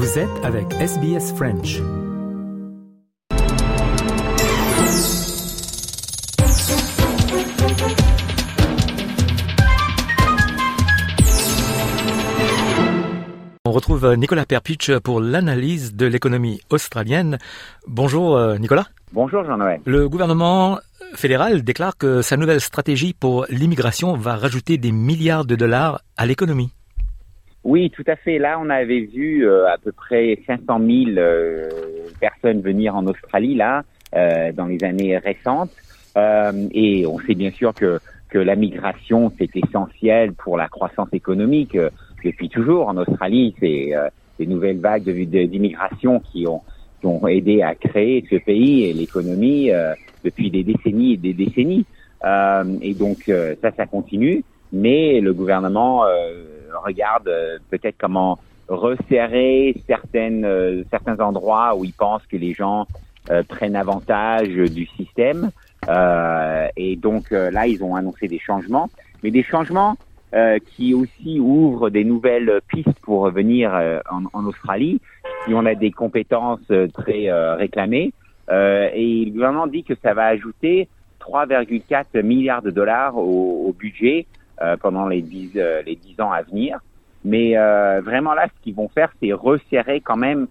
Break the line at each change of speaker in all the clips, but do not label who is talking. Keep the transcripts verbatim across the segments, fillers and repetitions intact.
Vous êtes avec S B S French. On retrouve Nicolas Perpich pour l'analyse de l'économie australienne. Bonjour Nicolas.
Bonjour Jean-Noël.
Le gouvernement fédéral déclare que sa nouvelle stratégie pour l'immigration va rajouter des milliards de dollars à l'économie.
Oui, tout à fait. Là, on avait vu euh, à peu près cinq cent mille euh, personnes venir en Australie là euh, dans les années récentes. Euh, et on sait bien sûr que que la migration c'est essentiel pour la croissance économique euh, depuis toujours en Australie. C'est euh, des nouvelles vagues de, de, d'immigration qui ont qui ont aidé à créer ce pays et l'économie euh, depuis des décennies et des décennies. Euh, et donc euh, ça, ça continue. Mais le gouvernement euh, regarde euh, peut-être comment resserrer certaines euh, certains endroits où ils pensent que les gens euh, prennent avantage du système. Euh, et donc euh, là, ils ont annoncé des changements, mais des changements euh, qui aussi ouvrent des nouvelles pistes pour venir euh, en, en Australie, si on a des compétences euh, très euh, réclamées. Euh, et le gouvernement dit que ça va ajouter trois virgule quatre milliards de dollars au, au budget euh, pendant les dix euh, les dix ans à venir. Mais euh, vraiment là, ce qu'ils vont faire, c'est resserrer quand même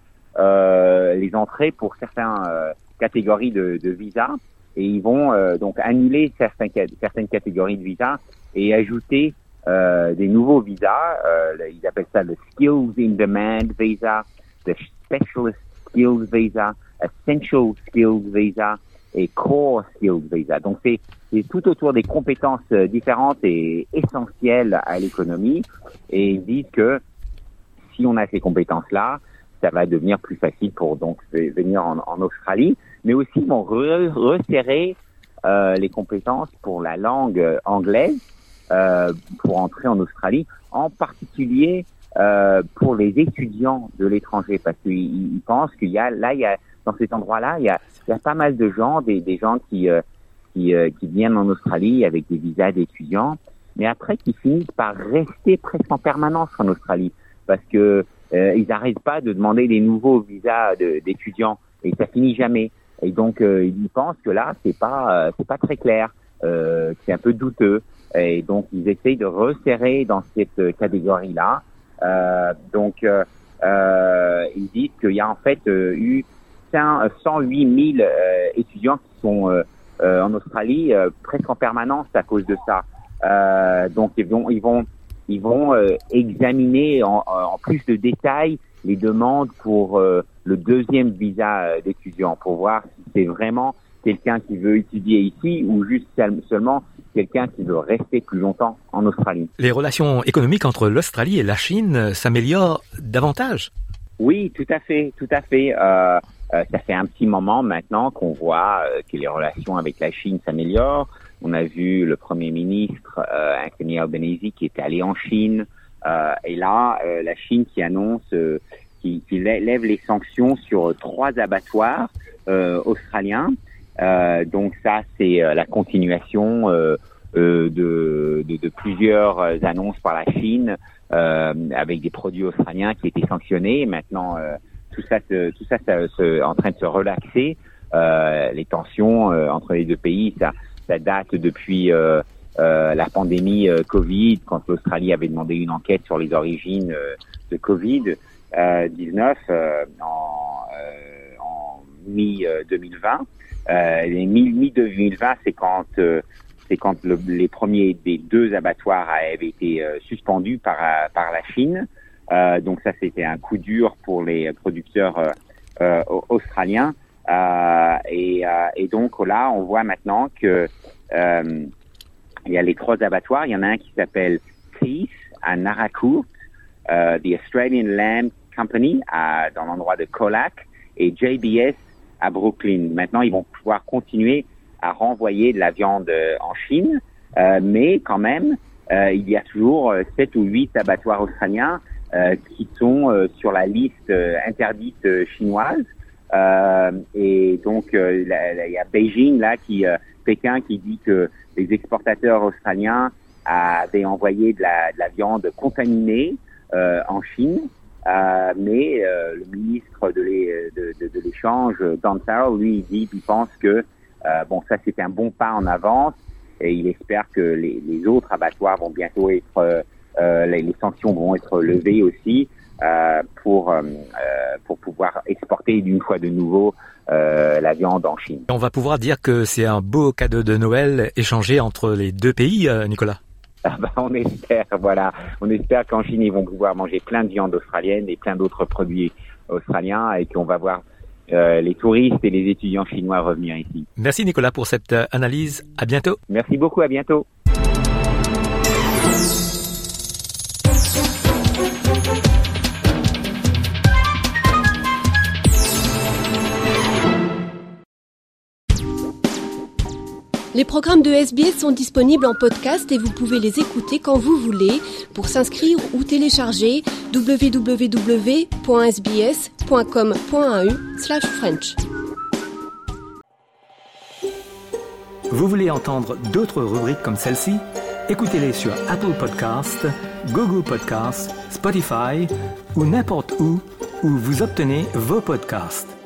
euh, les entrées pour certaines euh, catégories de, de visas. Et ils vont euh, donc annuler certains, certaines catégories de visas et ajouter euh, des nouveaux visas. Euh, ils appellent ça le Skills in Demand Visa, le Specialist Skills Visa, Essential Skills Visa et Core Skills Visa. Donc c'est, c'est tout autour des compétences différentes et essentielles à l'économie. Et ils disent que si on a ces compétences-là, ça va devenir plus facile pour donc venir en, en Australie. Mais aussi, ils vont re- resserrer euh, les compétences pour la langue anglaise euh, pour entrer en Australie, en particulier euh, pour les étudiants de l'étranger, parce qu'ils ils pensent qu'il y a là, il y a dans cet endroit-là, il y a, il y a pas mal de gens, des, des gens qui euh, qui, euh, qui viennent en Australie avec des visas d'étudiants, mais après qui finissent par rester presque en permanence en Australie, parce que euh, ils n'arrêtent pas de demander des nouveaux visas de, d'étudiants et ça finit jamais. Et donc euh, ils pensent que là c'est pas euh, c'est pas très clair, euh, c'est un peu douteux. Et donc ils essayent de resserrer dans cette catégorie-là. Euh, donc euh, euh, ils disent qu'il y a en fait euh, eu cent huit mille euh, étudiants qui sont euh, euh, en Australie euh, presque en permanence à cause de ça. Euh, donc ils vont ils vont ils vont euh, examiner en, en plus de détails les demandes pour euh, le deuxième visa euh, d'étudiant pour voir si c'est vraiment quelqu'un qui veut étudier ici ou juste seulement quelqu'un qui veut rester plus longtemps en Australie.
Les relations économiques entre l'Australie et la Chine s'améliorent davantage.
Oui, tout à fait, tout à fait. Euh, euh, ça fait un petit moment maintenant qu'on voit euh, que les relations avec la Chine s'améliorent. On a vu le Premier ministre euh, Anthony Albanese qui est allé en Chine. Euh, et là, euh, la Chine qui annonce, euh, qui, qui lève les sanctions sur trois abattoirs euh, australiens. Euh, donc ça, c'est euh, la continuation euh, euh, de, de, de plusieurs annonces par la Chine euh, avec des produits australiens qui étaient sanctionnés. Maintenant, euh, tout ça, se, tout ça, ça, se, en train de se relaxer. Euh, les tensions euh, entre les deux pays, ça, ça date depuis euh, euh, la pandémie euh, Covid, quand l'Australie avait demandé une enquête sur les origines euh, de covid dix-neuf euh, en, euh, en mi deux mille vingt. Euh, les mi deux mille vingt, c'est quand euh, c'est quand le, les premiers des deux abattoirs avaient été euh, suspendus par par la Chine. Euh, donc ça, c'était un coup dur pour les producteurs euh, euh, australiens. Euh, et, euh, et donc là, on voit maintenant que euh, il y a les trois abattoirs. Il y en a un qui s'appelle Teeth à Naracoorte, euh, The Australian Lamb Company à, dans l'endroit de Colac et J B S à Brooklyn. Maintenant, ils vont pouvoir continuer à renvoyer de la viande en Chine, euh, mais quand même, euh, il y a toujours sept ou huit abattoirs australiens euh, qui sont euh, sur la liste euh, interdite euh, chinoise. Euh, et donc, euh, il y a Beijing là qui euh, Pékin qui dit que les exportateurs australiens avaient envoyé de la, de la viande contaminée euh, en Chine. Euh, mais euh, le ministre de, l'é- de, de, de l'échange, Don Farrell, lui, il dit qu'il pense que euh, bon, ça c'est un bon pas en avance et il espère que les, les autres abattoirs vont bientôt être, euh, les, les sanctions vont être levées aussi euh, pour euh, pour pouvoir exporter d'une fois de nouveau euh, la viande en Chine.
On va pouvoir dire que c'est un beau cadeau de Noël échangé entre les deux pays, euh, Nicolas.
Ah bah, on espère, voilà. On espère qu'en Chine, ils vont pouvoir manger plein de viande australienne et plein d'autres produits australiens et qu'on va voir euh, les touristes et les étudiants chinois revenir ici.
Merci Nicolas pour cette euh, analyse. À bientôt.
Merci beaucoup, à bientôt.
Les programmes de S B S sont disponibles en podcast et vous pouvez les écouter quand vous voulez. Pour s'inscrire ou télécharger, w w w point s b s point com point a u slash french.
Vous voulez entendre d'autres rubriques comme celle-ci? Écoutez-les sur Apple Podcasts, Google Podcasts, Spotify ou n'importe où où vous obtenez vos podcasts.